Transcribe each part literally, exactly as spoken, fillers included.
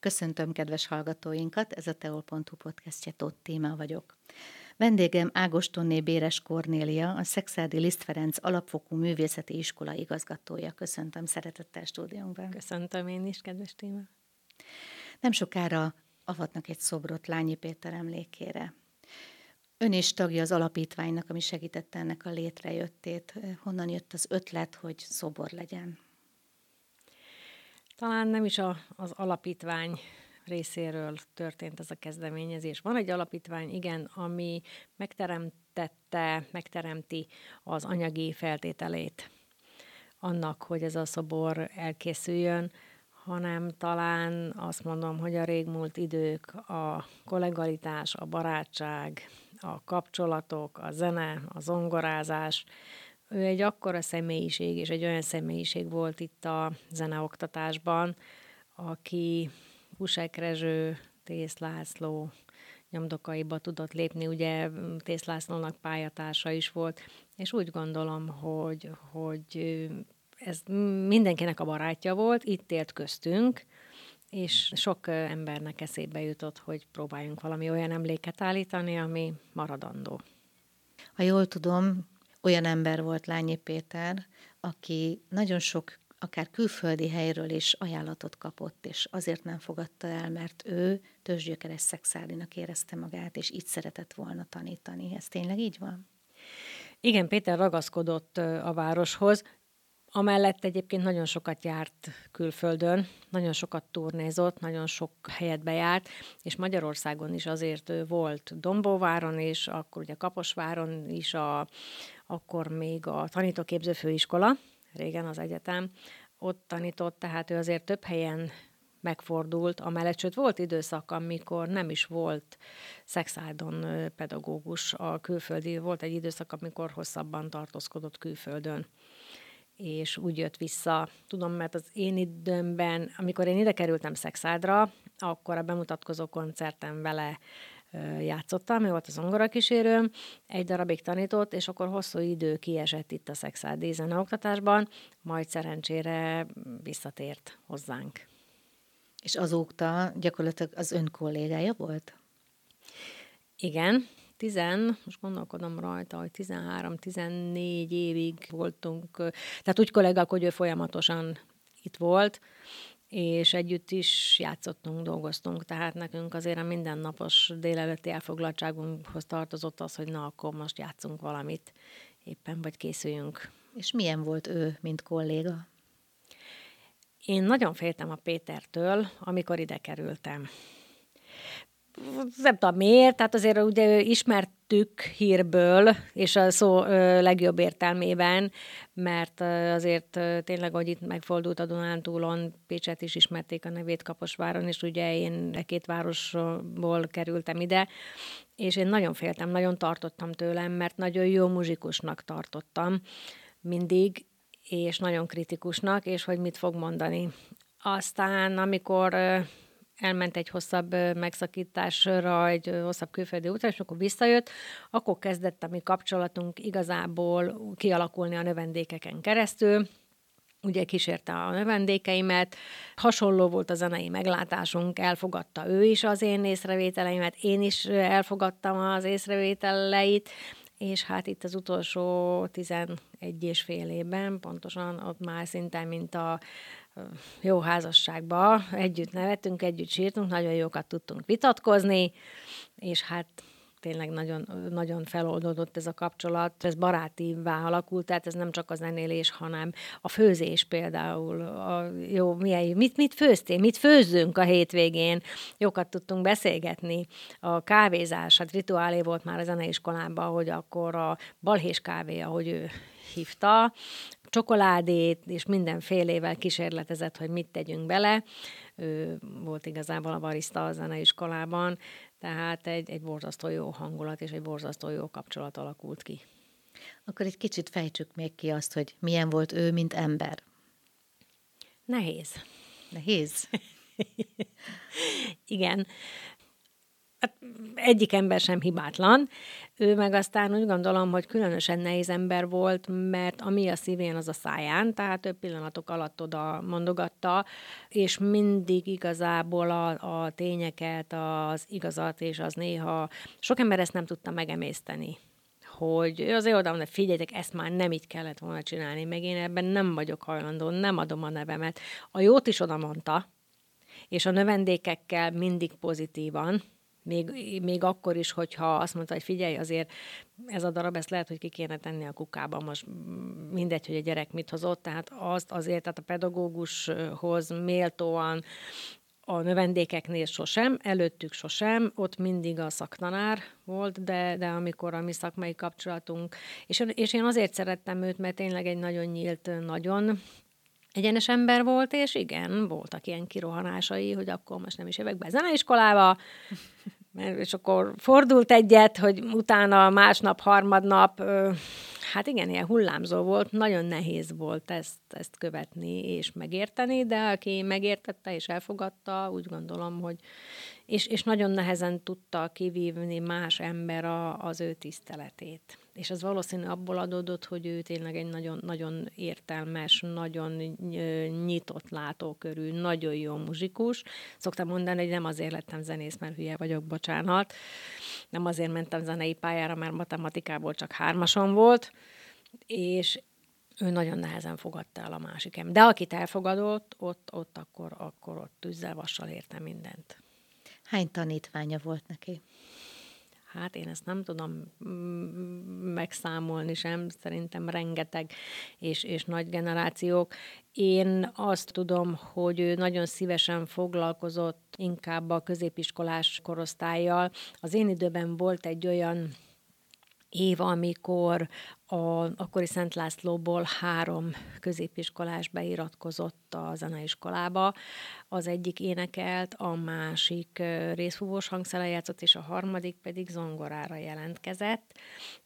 Köszöntöm kedves hallgatóinkat, ez a teol pont hu podcastje, Tóth Téma vagyok. Vendégem Ágostonné Béres Kornélia, a Szekszárdi Liszt Ferenc Alapfokú Művészeti Iskola igazgatója. Köszöntöm szeretettel stúdiónkban. Köszöntöm én is, kedves Téma. Nem sokára avatnak egy szobrot Lányi Péter emlékére. Ön is tagja az alapítványnak, ami segítette ennek a létrejöttét. Honnan jött az ötlet, hogy szobor legyen? Talán nem is a, az alapítvány részéről történt ez a kezdeményezés. Van egy alapítvány, igen, ami megteremtette, megteremti az anyagi feltételét annak, hogy ez a szobor elkészüljön, hanem talán azt mondom, hogy a régmúlt idők, a kollegalitás, a barátság, a kapcsolatok, a zene, a zongorázás. Ő egy akkora személyiség, és egy olyan személyiség volt itt a zeneoktatásban, aki Husek Rezső, Tész László nyomdokaiba tudott lépni, ugye Tész Lászlónak pályatársa is volt, és úgy gondolom, hogy, hogy ez mindenkinek a barátja volt, itt élt köztünk, és sok embernek eszébe jutott, hogy próbáljunk valami olyan emléket állítani, ami maradandó. Ha jól tudom, olyan ember volt Lányi Péter, aki nagyon sok, akár külföldi helyről is ajánlatot kapott, és azért nem fogadta el, mert ő törzsgyökeres szekszárdinak érezte magát, és így szeretett volna tanítani. Ez tényleg így van? Igen, Péter ragaszkodott a városhoz, amellett egyébként nagyon sokat járt külföldön, nagyon sokat turnézott, nagyon sok helyet bejárt, és Magyarországon is azért volt Dombóváron, és akkor ugye Kaposváron is, a, akkor még a tanítóképző főiskola, régen az egyetem, ott tanított, tehát ő azért több helyen megfordult, amellett, sőt volt időszak, amikor nem is volt Szekszárdon pedagógus a külföldi, volt egy időszak, amikor hosszabban tartózkodott külföldön, és úgy jött vissza. Tudom, mert az én időmben, amikor én ide kerültem Szekszárdra, akkor a bemutatkozó koncerten vele játszottam, ő volt a zongorakísérőm, egy darabig tanított, és akkor hosszú idő kiesett itt a szekszárdi zeneoktatásban, majd szerencsére visszatért hozzánk. És azóta gyakorlatilag az ön kollégája volt? Igen. Tizen, most gondolkodom rajta, hogy tizenhárom-tizennégy évig voltunk, tehát úgy kollégák, hogy ő folyamatosan itt volt, és együtt is játszottunk, dolgoztunk, tehát nekünk azért a mindennapos délelőtti elfoglaltságunkhoz tartozott az, hogy na, akkor most játszunk valamit éppen, vagy készüljünk. És milyen volt ő, mint kolléga? Én nagyon féltem a Pétertől, amikor ide kerültem. Nem tudom miért, tehát azért ugye ismertük hírből, és a szó legjobb értelmében, mert azért tényleg, hogy itt megfordult a Dunántúlon, Pécset is ismerték a nevét Kaposváron, és ugye én e két városból kerültem ide, és én nagyon féltem, nagyon tartottam tőlem, mert nagyon jó muzsikusnak tartottam mindig, és nagyon kritikusnak, és hogy mit fog mondani. Aztán, amikor elment egy hosszabb megszakításra, egy hosszabb külföldi útra, és akkor visszajött, akkor kezdett a mi kapcsolatunk igazából kialakulni a növendékeken keresztül. Ugye kísérte a növendékeimet, hasonló volt a zenei meglátásunk, elfogadta ő is az én észrevételeimet, én is elfogadtam az észrevételeit, és hát itt az utolsó tizenegy és fél évben, pontosan ott már szinte, mint a jó házasságba, együtt nevettünk, együtt sírtunk, nagyon jókat tudtunk vitatkozni, és hát tényleg nagyon, nagyon feloldódott ez a kapcsolat, ez barátívvá alakult, tehát ez nem csak a zenélés, hanem a főzés például, a, jó, milyen, mit, mit főztél, mit főzzünk a hétvégén, jókat tudtunk beszélgetni, a kávézás, hát rituálé volt már a zeneiskolában, hogy akkor a balhés kávé, ahogy ő hívta, csokoládét, és mindenfélével kísérletezett, hogy mit tegyünk bele. Ő volt igazából a barista a zeneiskolában, tehát egy, egy borzasztó jó hangulat és egy borzasztó jó kapcsolat alakult ki. Akkor egy kicsit fejtsük még ki azt, hogy milyen volt ő, mint ember. Nehéz. Nehéz? Igen. hát egyik ember sem hibátlan. Ő meg aztán úgy gondolom, hogy különösen nehéz ember volt, mert ami a szívén, az a száján, tehát több pillanatok alatt oda mondogatta, és mindig igazából a, a tényeket, az igazat, és az néha sok ember ezt nem tudta megemészteni. Hogy azért oda mondta, figyeljetek, ezt már nem így kellett volna csinálni, meg én ebben nem vagyok hajlandó, nem adom a nevemet. A jót is oda mondta, és a növendékekkel mindig pozitívan, még, még akkor is, hogyha azt mondta, hogy figyelj, azért ez a darab, ezt lehet, hogy ki kéne tenni a kukába, most mindegy, hogy a gyerek mit hozott, tehát azt azért, tehát a pedagógushoz méltóan a növendékeknél sosem, előttük sosem, ott mindig a szaktanár volt, de, de amikor a mi szakmai kapcsolatunk, és, és én azért szerettem őt, mert tényleg egy nagyon nyílt, nagyon egyenes ember volt, és igen, voltak ilyen kirohanásai, hogy akkor most nem is jövök be zeneiskolába, és akkor fordult egyet, hogy utána másnap, harmadnap, hát igen, ilyen hullámzó volt, nagyon nehéz volt ezt, ezt követni és megérteni, de aki megértette és elfogadta, úgy gondolom, hogy és, és nagyon nehezen tudta kivívni más ember a, az ő tiszteletét. És az valószínű abból adódott, hogy ő tényleg egy nagyon, nagyon értelmes, nagyon nyitott látókörű, nagyon jó muzsikus. Szoktam mondani, hogy nem azért lettem zenész, mert hülye vagyok, bocsánat. Nem azért mentem zenei pályára, mert matematikából csak hármason volt, és ő nagyon nehezen fogadta el a másik ember. De akit elfogadott, ott, ott akkor, akkor ott tűzzel, vassal érte mindent. Hány tanítványa volt neki? Hát én ezt nem tudom megszámolni sem, szerintem rengeteg és, és nagy generációk. Én azt tudom, hogy ő nagyon szívesen foglalkozott inkább a középiskolás korosztállyal. Az én időben volt egy olyan év, amikor a akkori Szent Lászlóból három középiskolás beiratkozott a zeneiskolába. Az egyik énekelt, a másik részfúvós hangszerrel játszott, és a harmadik pedig zongorára jelentkezett.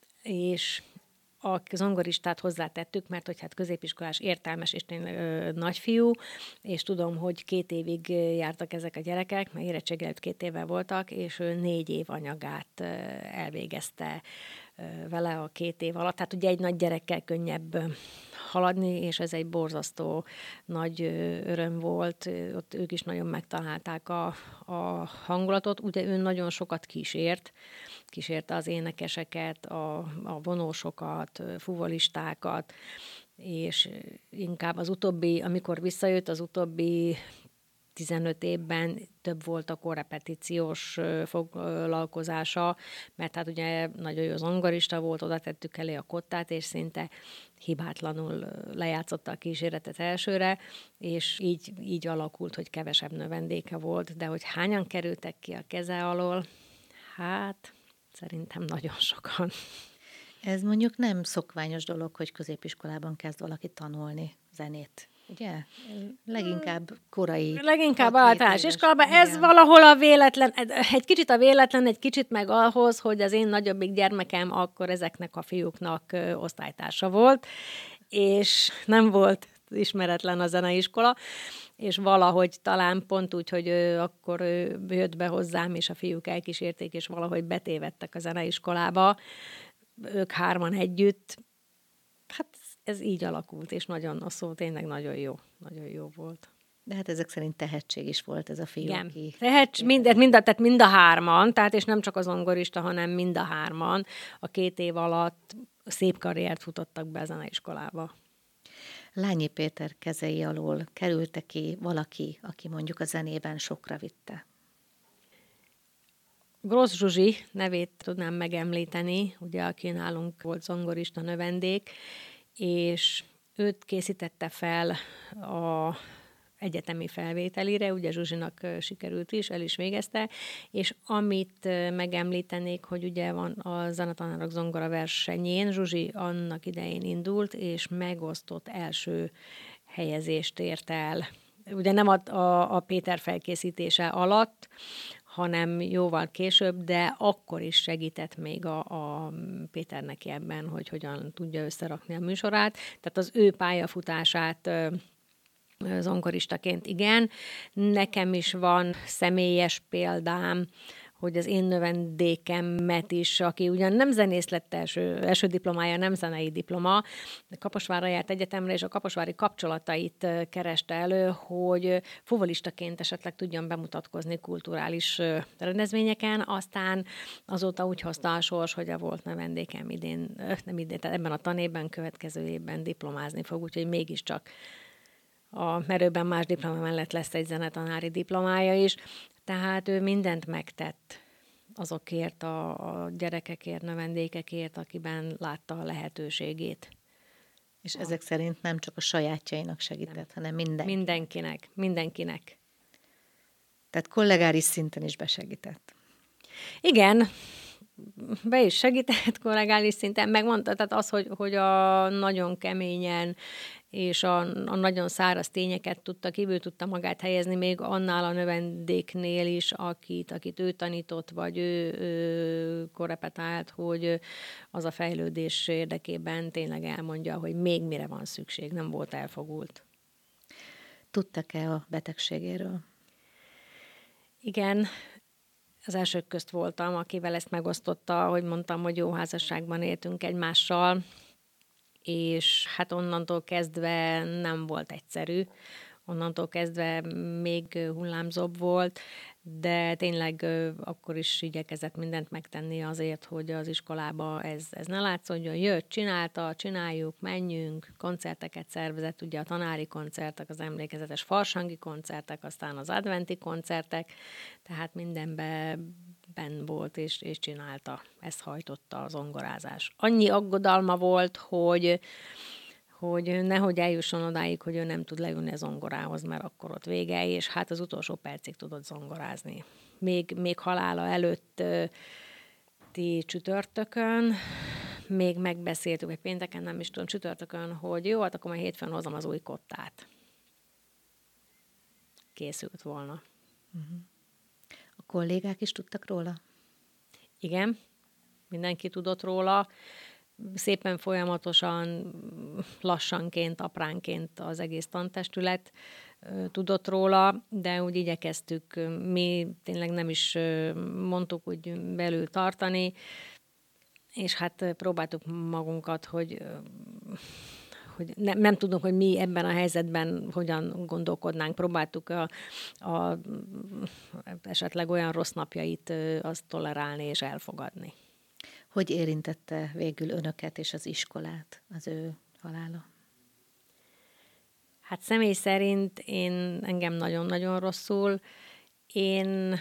És a zongoristát hozzátettük, mert hogy hát középiskolás, értelmes és tényleg ö, nagyfiú, és tudom, hogy két évig jártak ezek a gyerekek, mert érettség előtt két évvel voltak, és ő négy év anyagát ö, elvégezte ö, vele a két év alatt. Tehát ugye egy nagy gyerekkel könnyebb haladni, és ez egy borzasztó nagy öröm volt. Ott ők is nagyon megtalálták a, a hangulatot. Ugye ő nagyon sokat kísért, kísérte az énekeseket, a, a vonósokat, fuvolistákat, és inkább az utóbbi, amikor visszajött, az utóbbi tizenöt évben több volt a korrepetíciós foglalkozása, mert hát ugye nagyon jó zongorista volt, oda tettük elé a kottát, és szinte hibátlanul lejátszotta a kíséretet elsőre, és így, így alakult, hogy kevesebb növendéke volt, de hogy hányan kerültek ki a keze alól, hát szerintem nagyon sokan. Ez mondjuk nem szokványos dolog, hogy középiskolában kezd valaki tanulni zenét, ugye? Leginkább korai. Leginkább általános iskolában. Ez valahol a véletlen, egy kicsit a véletlen, egy kicsit meg ahhoz, hogy az én nagyobbik gyermekem akkor ezeknek a fiúknak osztálytársa volt, és nem volt ismeretlen a zeneiskola, és valahogy talán pont úgy, hogy ő, akkor ő jött be hozzám, és a fiúk elkísérték, és valahogy betévedtek a zeneiskolába, ők hárman együtt. Hát ez így alakult, és nagyon, a szó tényleg nagyon jó, nagyon jó volt. De hát ezek szerint tehetség is volt ez a fiú, igen. Aki... Tehetség, mind, mind, a, tehát mind a hárman, tehát és nem csak az zongorista, hanem mind a hárman a két év alatt szép karriert futottak be a zeneiskolába. Lányi Péter kezei alól került ki valaki, aki mondjuk a zenében sokra vitte? Grossz Zsuzsi nevét tudnám megemlíteni, ugye, aki nálunk volt zongorista növendék, és őt készítette fel a egyetemi felvételire, ugye Zsuzsinak sikerült is, el is végezte, és amit megemlítenék, hogy ugye van a zenetanárok zongora versenyén, Zsuzsi annak idején indult, és megosztott első helyezést ért el. Ugye nem a, a, a Péter felkészítése alatt, hanem jóval később, de akkor is segített még a, a Péter neki ebben, hogy hogyan tudja összerakni a műsorát. Tehát az ő pályafutását zongoristaként igen. Nekem is van személyes példám, hogy az én növendékemet is, aki ugyan nem zenész lett első, első diplomája, nem zenei diploma, de Kaposvárra járt egyetemre, és a kaposvári kapcsolatait kereste elő, hogy fuvalistaként esetleg tudjon bemutatkozni kulturális rendezvényeken, aztán azóta úgy hozta a sors, hogy a volt növendékem idén, nem idén, tehát ebben a tanévben, következő évben diplomázni fog, úgyhogy mégiscsak a merőben más diploma mellett lesz egy zenetanári diplomája is, tehát ő mindent megtett azokért a, a gyerekekért, növendékekért, akiben látta a lehetőségét. És a... ezek szerint nem csak a sajátjainak segített, nem. hanem mindenkinek. Mindenkinek, mindenkinek. Tehát kollégáris szinten is besegített. Igen, be is segített kollégális szinten, megmondta, tehát az, hogy, hogy a nagyon keményen és a, a nagyon száraz tényeket tudta, kívül tudta magát helyezni, még annál a növendéknél is, akit, akit ő tanított, vagy ő, ő korepetált, hogy az a fejlődés érdekében tényleg elmondja, hogy még mire van szükség, nem volt elfogult. Tudtak-e a betegségéről? Igen, az elsők közt voltam, akivel ezt megosztotta, hogy mondtam, hogy jó házasságban éltünk egymással, és hát onnantól kezdve nem volt egyszerű, onnantól kezdve még hullámzóbb volt, de tényleg akkor is igyekezett mindent megtenni azért, hogy az iskolába ez, ez ne látszódjon. Jött, csinálta, csináljuk, menjünk, koncerteket szervezett, ugye a tanári koncertek, az emlékezetes farsangi koncertek, aztán az adventi koncertek, tehát mindenben ben volt és, és csinálta. Ezt hajtotta az zongorázás. Annyi aggodalma volt, hogy hogy nehogy eljusson odáig, hogy ő nem tud leülni a zongorához, mert akkor ott vége, és hát az utolsó percig tudott zongorázni. Még, még halála előtti csütörtökön, még megbeszéltük, vagy pénteken, nem is tudom, csütörtökön, hogy jó, hát akkor majd hétfőn hozom az új kottát. Készült volna. Uh-huh. A kollégák is tudtak róla? Igen, mindenki tudott róla. Szépen folyamatosan, lassanként, apránként az egész tantestület tudott róla, de úgy igyekeztük, mi tényleg nem is mondtuk úgy belül tartani, és hát próbáltuk magunkat, hogy, hogy ne, nem tudunk, hogy mi ebben a helyzetben hogyan gondolkodnánk. Próbáltuk a, a, esetleg olyan rossz napjait azt tolerálni és elfogadni. Hogy érintette végül önöket és az iskolát az ő halála? Hát személy szerint én engem nagyon-nagyon rosszul. Én,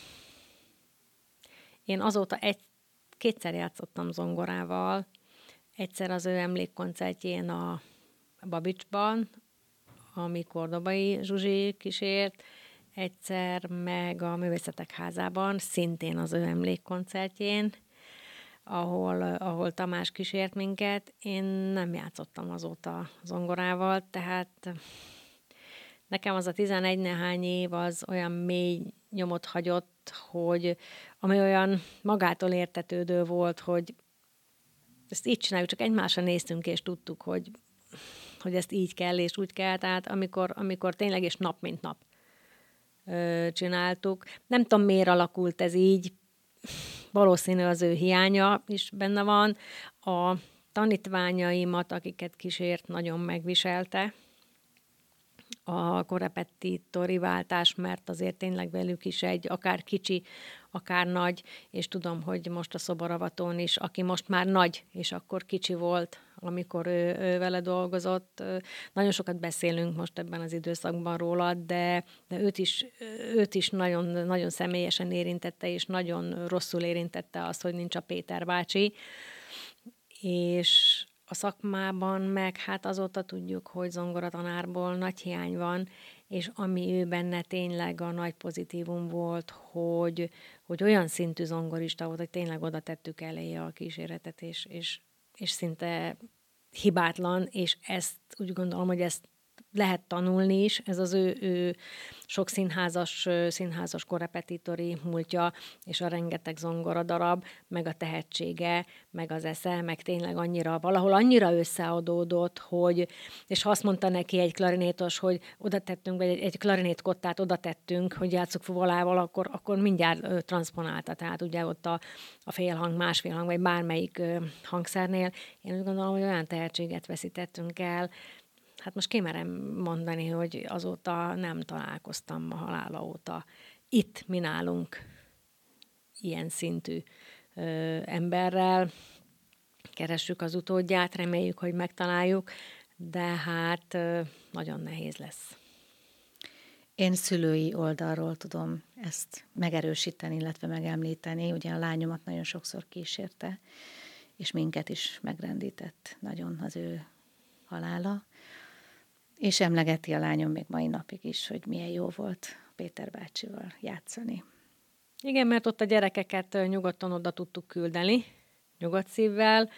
én azóta egy, kétszer játszottam zongorával. Egyszer az ő emlékkoncertjén a Babicsban, amikor Dobai Zsuzsi kísért, egyszer meg a Művészetek Házában, szintén az ő emlékkoncertjén, ahol, ahol Tamás kísért minket. Én nem játszottam azóta zongorával, tehát nekem az a tizenegy nehány év az olyan mély nyomot hagyott, hogy ami olyan magától értetődő volt, hogy ezt így csináljuk, csak egymásra néztünk, és tudtuk, hogy, hogy ezt így kell, és úgy kell. Tehát amikor, amikor tényleg és nap mint nap ö, csináltuk. Nem tudom, miért alakult ez így, valószínű az ő hiánya is benne van. A tanítványaimat, akiket kísért, nagyon megviselte a korepetitori váltás, mert azért tényleg velük is egy akár kicsi, akár nagy, és tudom, hogy most a szoboravatón is, aki most már nagy, és akkor kicsi volt, amikor ő, ő vele dolgozott. Nagyon sokat beszélünk most ebben az időszakban róla, de, de őt is, őt is nagyon, nagyon személyesen érintette, és nagyon rosszul érintette az, hogy nincs a Péter bácsi. És a szakmában meg hát azóta tudjuk, hogy zongoratanárból nagy hiány van, és ami ő benne tényleg a nagy pozitívum volt, hogy, hogy olyan szintű zongorista volt, hogy tényleg oda tettük eléje a kíséretet, és, és, és szinte hibátlan, és ezt úgy gondolom, hogy ezt lehet tanulni is, ez az ő, ő sok színházas, színházas korrepetitori múltja, és a rengeteg zongoradarab, meg a tehetsége, meg az esze, meg tényleg annyira, valahol annyira összeadódott, hogy, és ha azt mondta neki egy klarinétos, hogy oda tettünk, vagy egy, egy klarinétkottát oda tettünk, hogy játsszuk fuvolával, akkor, akkor mindjárt ö, transponálta. Tehát ugye ott a, a félhang, másfél hang, vagy bármelyik ö, hangszernél. Én úgy gondolom, hogy olyan tehetséget veszítettünk el. Hát most kimerem mondani, hogy azóta nem találkoztam a halála óta itt mi nálunk ilyen szintű ö, emberrel. Keressük az utódját, reméljük, hogy megtaláljuk, de hát ö, nagyon nehéz lesz. Én szülői oldalról tudom ezt megerősíteni, illetve megemlíteni. Ugye a lányomat nagyon sokszor kísérte, és minket is megrendített nagyon az ő halála. És emlegeti a lányom még mai napig is, hogy milyen jó volt Péter bácsival játszani. Igen, mert ott a gyerekeket nyugodtan oda tudtuk küldeni, nyugodt szívvel,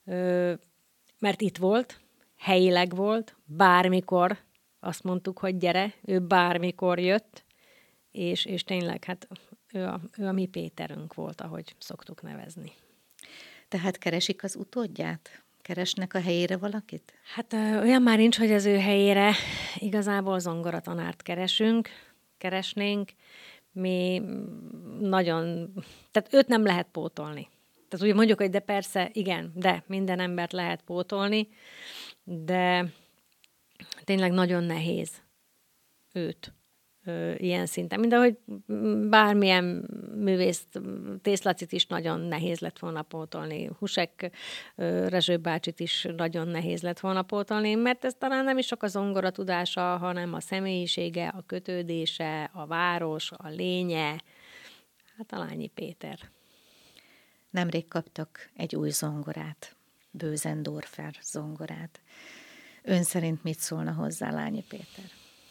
mert itt volt, helyileg volt, bármikor azt mondtuk, hogy gyere, ő bármikor jött, és, és tényleg hát ő a, ő a mi Péterünk volt, ahogy szoktuk nevezni. Tehát keresik az utódját? Keresnek a helyére valakit? Hát olyan már nincs, hogy az ő helyére igazából zongoratanárt keresünk, keresnénk. Mi nagyon, tehát őt nem lehet pótolni. Tehát ugye mondjuk, hogy de persze, igen, de minden embert lehet pótolni, de tényleg nagyon nehéz őt ö, ilyen szinten. Mind ahogy bármilyen művészt, Tészlacit is nagyon nehéz lett volna pótolni, Husek ö, Rezső bácsit is nagyon nehéz lett volna pótolni, mert ez talán nem is csak a zongora tudása, hanem a személyisége, a kötődése, a város, a lénye, hát a Lányi Péter. Nemrég kaptak egy új zongorát, Bösendorfer zongorát. Ön szerint mit szólna hozzá Lányi Péter?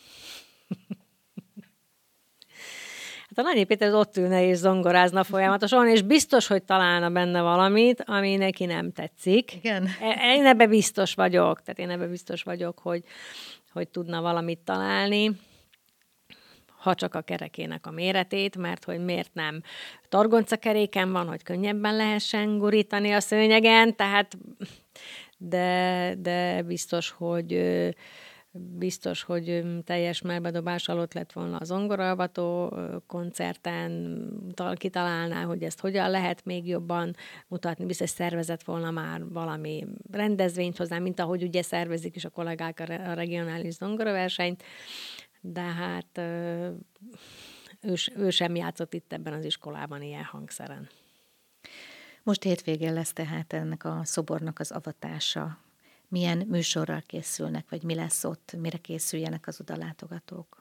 Hát a Lányi Péter ott ülne és zongorázna folyamatosan, és biztos, hogy találna benne valamit, ami neki nem tetszik. Igen. Én ebbe biztos vagyok, tehát én ebbe biztos vagyok, hogy, hogy tudna valamit találni, ha csak a kerekének a méretét, mert hogy miért nem targoncakeréken van, hogy könnyebben lehessen gurítani a szőnyegen, tehát de, de biztos, hogy biztos, hogy teljes melbedobás alatt lett volna a zongoraalvató koncerten, kitalálná, hogy ezt hogyan lehet még jobban mutatni, biztos szervezett volna már valami rendezvényt hozzá, mint ahogy ugye szervezik is a kollégák a regionális zongoraversenyt, de hát ő, ő sem játszott itt ebben az iskolában ilyen hangszeren. Most hétvégén lesz tehát ennek a szobornak az avatása. Milyen műsorral készülnek, vagy mi lesz ott, mire készüljenek az odalátogatók?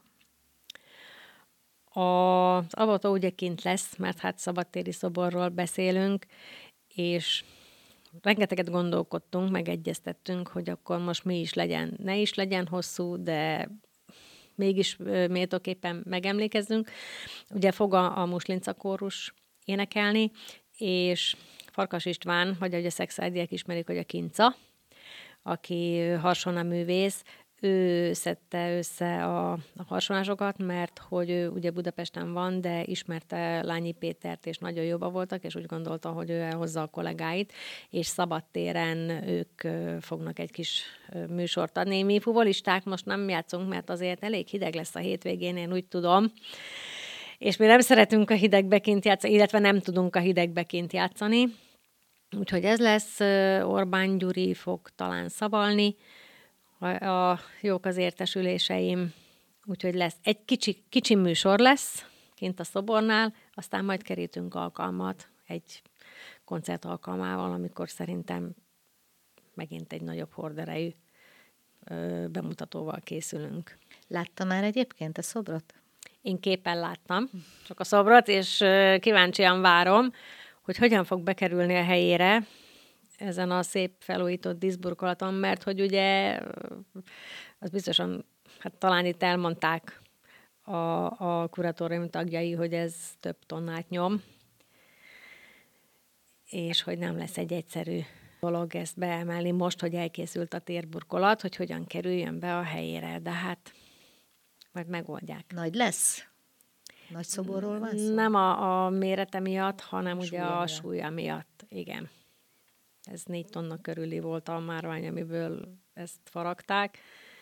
Az avató ugye kint lesz, mert hát szabadtéri szoborról beszélünk, és rengeteget gondolkodtunk, megegyeztettünk, hogy akkor most mi is legyen, ne is legyen hosszú, de mégis méltóképpen megemlékezzünk. Ugye fog a, a Muslinca kórus énekelni, és Farkas István, vagy ahogy a szexádiek ismerik, hogy a Kinca, aki harsona művész, ő szedte össze a, a harsonásokat, mert hogy ő ugye Budapesten van, de ismerte Lányi Pétert, és nagyon jobban voltak, és úgy gondolta, hogy ő elhozza a kollégáit, és szabadtéren ők fognak egy kis műsort adni. Mi fuvolisták most nem játszunk, mert azért elég hideg lesz a hétvégén, én úgy tudom, és mi nem szeretünk a hidegbe kint játszani, illetve nem tudunk a hidegbe kint játszani. Úgyhogy ez lesz, Orbán Gyuri fog talán szavalni, a, a jók az értesüléseim, úgyhogy lesz egy kicsi, kicsi műsor lesz kint a szobornál, aztán majd kerítünk alkalmat egy koncert alkalmával, amikor szerintem megint egy nagyobb horderejű ö, bemutatóval készülünk. Látta már egyébként a szobrot? Én képen láttam csak a szobrot, és ö, kíváncsian várom, hogy hogyan fog bekerülni a helyére ezen a szép felújított díszburkolaton, mert hogy ugye az biztosan, hát talán itt elmondták a, a kuratórium tagjai, hogy ez több tonnát nyom, és hogy nem lesz egy egyszerű dolog ezt beemelni most, hogy elkészült a térburkolat, hogy hogyan kerüljön be a helyére, de hát majd megoldják. Nagy lesz? Nagy szoborról van szó? Nem a, a mérete miatt, hanem A ugye súlya a miatt. súlya miatt. Igen. Ez négy tonna körüli volt a márvány, amiből ezt faragták.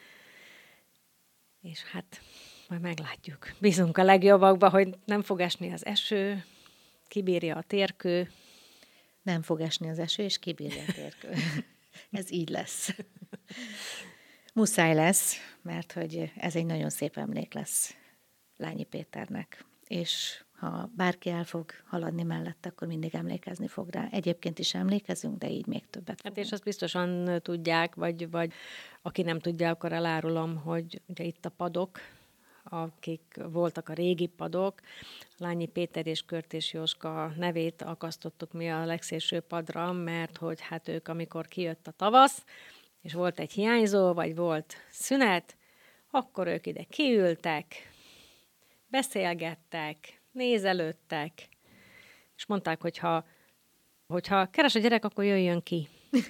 És hát majd meglátjuk. Bízunk a legjobbakba, hogy nem fog esni az eső, kibírja a térkő. Nem fog esni az eső, és kibírja a térkő. Ez így lesz. Muszáj lesz, mert hogy ez egy nagyon szép emlék lesz Lányi Péternek. És ha bárki el fog haladni mellett, akkor mindig emlékezni fog rá. Egyébként is emlékezünk, de így még többet Hát fogunk. és azt biztosan tudják, vagy, vagy aki nem tudja, akkor elárulom, hogy ugye itt a padok, akik voltak a régi padok, Lányi Péter és Körtés Jóska nevét akasztottuk mi a legszélső padra, mert hogy hát ők, amikor kijött a tavasz, és volt egy hiányzó, vagy volt szünet, akkor ők ide kiültek, beszélgettek, nézelődtek, és mondták, hogy ha, hogyha keres a gyerek, akkor jöjjön ki.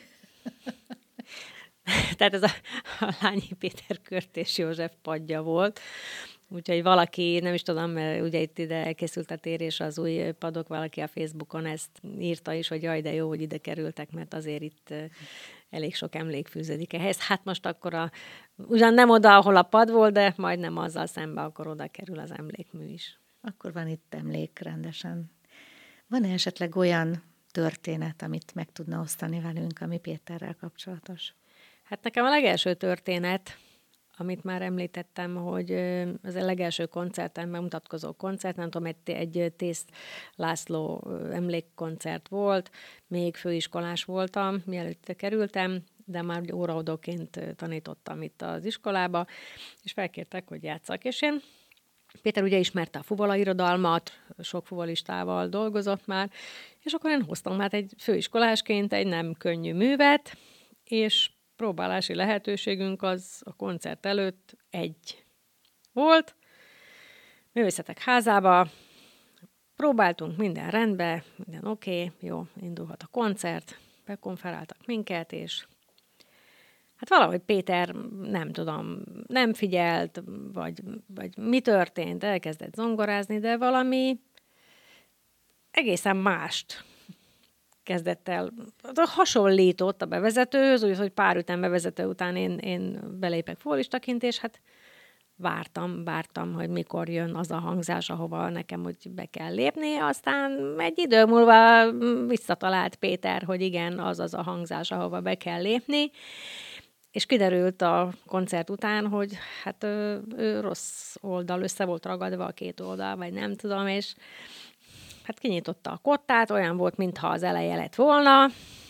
Tehát ez a, a Lányi Péter Körtés József padja volt. Úgyhogy valaki, nem is tudom, mert ugye itt ide elkészült a térés az új padok, valaki a Facebookon ezt írta is, hogy jaj, de jó, hogy ide kerültek, mert azért itt elég sok emlék fűződik ehhez. Hát most akkor a, ugyan nem oda, ahol a pad volt, de majdnem azzal szembe, akkor oda kerül az emlékmű is. Akkor van itt emlék rendesen. Van-e esetleg olyan történet, amit meg tudna osztani velünk, ami Péterrel kapcsolatos? Hát nekem a legelső történet, amit már említettem, hogy az a legelső koncerten, bemutatkozó koncert, nem tudom, egy, egy Tész László emlékkoncert volt, még főiskolás voltam, mielőtt kerültem, de már óraadóként tanítottam itt az iskolába, és felkértek, hogy játsszak, és én Péter ugye ismerte a fuvala irodalmat, sok fuvalistával dolgozott már, és akkor én hoztam hát egy főiskolásként egy nem könnyű művet, és próbálási lehetőségünk az a koncert előtt egy volt. Művészetek házába próbáltunk, minden rendben, minden oké, okay, jó, indulhat a koncert, bekonferáltak minket, és hát valahogy Péter, nem tudom, nem figyelt, vagy, vagy mi történt, elkezdett zongorázni, de valami egészen mást kezdett el. Hasonlított a bevezetőhöz, úgy, hogy pár ütem bevezető után én, én belépek fólistaként, és hát vártam, vártam, hogy mikor jön az a hangzás, ahova nekem hogy be kell lépni, aztán egy idő múlva visszatalált Péter, hogy igen, az az a hangzás, ahova be kell lépni, és kiderült a koncert után, hogy hát ő, ő rossz oldal, össze volt ragadva a két oldal, vagy nem tudom, és hát kinyitotta a kottát, olyan volt, mintha az eleje lett volna,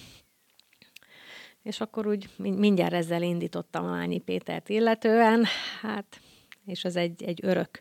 és akkor úgy mindjárt ezzel indítottam Lányi Pétert illetően, hát, és ez egy, egy örök.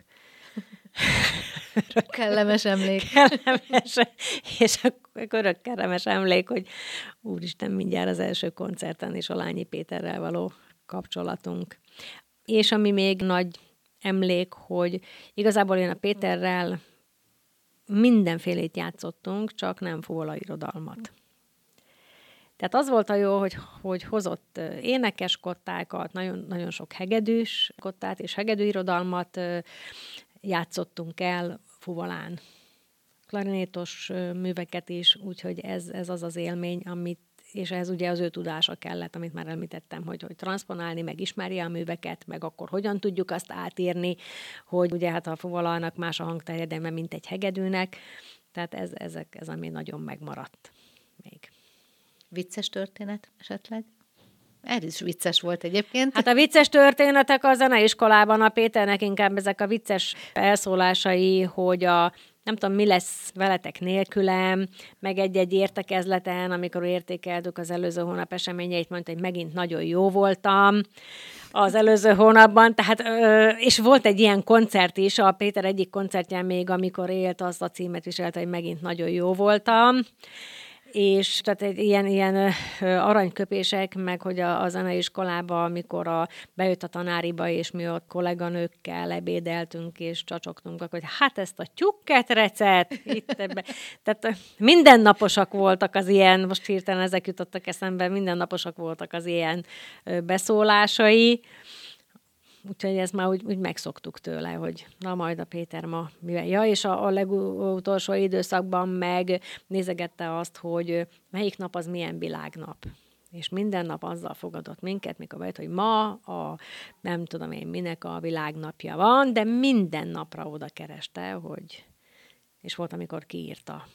örök. Kellemes emlék. Kellemes, és akkor örök kellemes emlék, hogy úristen, mindjárt az első koncerten is a Lányi Péterrel való kapcsolatunk. És ami még nagy emlék, hogy igazából én a Péterrel mindenfélét játszottunk, csak nem fuvola irodalmat. Tehát az volt a jó, hogy, hogy hozott énekes kottákat, nagyon, nagyon sok hegedűs kottát és hegedűirodalmat játszottunk el fuvolán. Klarinétos műveket is, úgyhogy ez, ez az az élmény, amit, és ez ugye az ő tudása kellett, amit már említettem, hogy, hogy transponálni, meg ismerje a műveket, meg akkor hogyan tudjuk azt átírni, hogy ugye hát a fuvolának más a hangterjedelme, mint egy hegedűnek, tehát ez, ezek, ez ami nagyon megmaradt még. Vicces történet esetleg? Ez is vicces volt egyébként. Hát a vicces történetek a zeneiskolában a Péternek inkább ezek a vicces elszólásai, hogy a nem tudom, mi lesz veletek nélkülem, meg egy-egy értekezleten, amikor értékeltük az előző hónap eseményeit, mondta, hogy megint nagyon jó voltam az előző hónapban, tehát, és volt egy ilyen koncert is, a Péter egyik koncertján még, amikor élt, azt a címet viselte, hogy megint nagyon jó voltam, és tehát egy ilyen, ilyen aranyköpések, meg hogy a, a zeneiskolába, amikor a, bejött a tanáriba, és mi ott kolléganőkkel ebédeltünk, és csacsogtunk, hogy hát ezt a tyukketrecet, itt ebbe. Tehát mindennaposak voltak az ilyen, most hirtelen ezek jutottak eszembe, mindennaposak voltak az ilyen beszólásai, úgyhogy ezt már úgy, úgy megszoktuk tőle, hogy na majd a Péter ma mivel. Ja, és a, a legutolsó időszakban meg nézegette azt, hogy melyik nap az milyen világnap. És minden nap azzal fogadott minket, mikor bejött, hogy ma a nem tudom én minek a világnapja van, de minden napra oda kereste, hogy, és volt, amikor kiírta,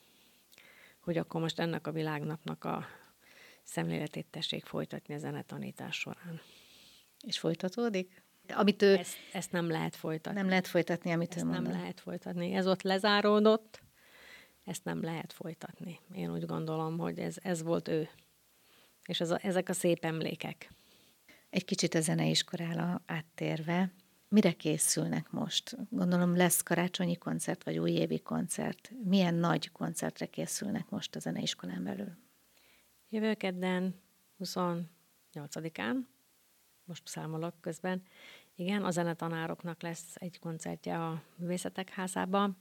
hogy akkor most ennek a világnapnak a szemléletét tessék folytatni a zenetanítás során. És folytatódik? Amit ő... Ezt, ezt nem lehet folytatni. Nem lehet folytatni, amit ezt ő mondott. nem lehet folytatni. Ez ott lezáródott, ezt nem lehet folytatni. Én úgy gondolom, hogy ez, ez volt ő. És ez a, ezek a szép emlékek. Egy kicsit a zeneiskolára áttérve, mire készülnek most? Gondolom lesz karácsonyi koncert, vagy újévi koncert. Milyen nagy koncertre készülnek most a zeneiskolán belül? Jövő kedden, huszonnyolcadikán, most számolok közben, igen, a zenetanároknak lesz egy koncertje a Művészetek Házában,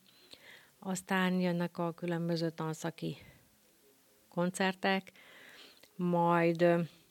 aztán jönnek a különböző tanszaki koncertek, majd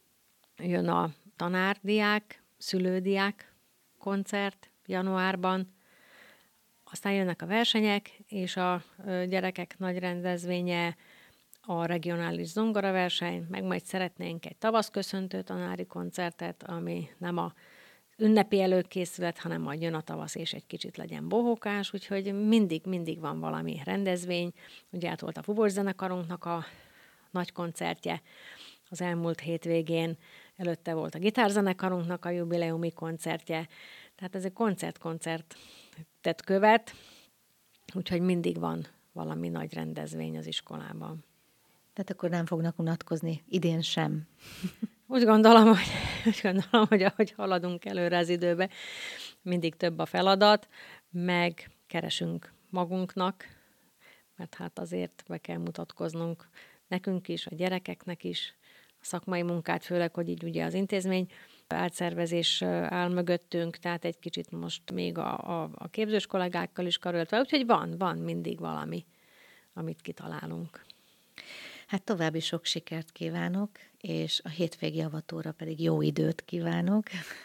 jön a tanárdiák, szülődiák koncert januárban, aztán jönnek a versenyek, és a gyerekek nagy rendezvénye, a regionális zongoraverseny, meg majd szeretnénk egy tavaszköszöntő tanári koncertet, ami nem a ünnepi előkészület, hanem majd jön a tavasz, és egy kicsit legyen bohókás, úgyhogy mindig, mindig van valami rendezvény. Ugye át volt a fuvorszenekarunknak a nagy koncertje az elmúlt hétvégén, előtte volt a gitárzenekarunknak a jubileumi koncertje, tehát ez egy koncert-koncertet követ, úgyhogy mindig van valami nagy rendezvény az iskolában. Tehát akkor nem fognak unatkozni, idén sem. Úgy gondolom, hogy, úgy gondolom, hogy ahogy haladunk előre az időbe, mindig több a feladat, meg keresünk magunknak, mert hát azért be kell mutatkoznunk nekünk is, a gyerekeknek is, a szakmai munkát, főleg, hogy így ugye az intézmény átszervezés áll mögöttünk, tehát egy kicsit most még a, a, a képzős kollégákkal is karöltve, úgyhogy van, van mindig valami, amit kitalálunk. Hát további sok sikert kívánok, és a hétvégi avatóra pedig jó időt kívánok,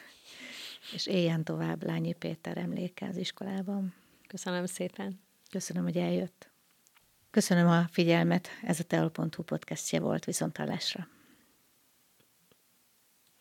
és éljen tovább Lányi Péter emléke az iskolában. Köszönöm szépen. Köszönöm, hogy eljött. Köszönöm a figyelmet, ez a teol pont hu podcastje volt, viszonthallásra.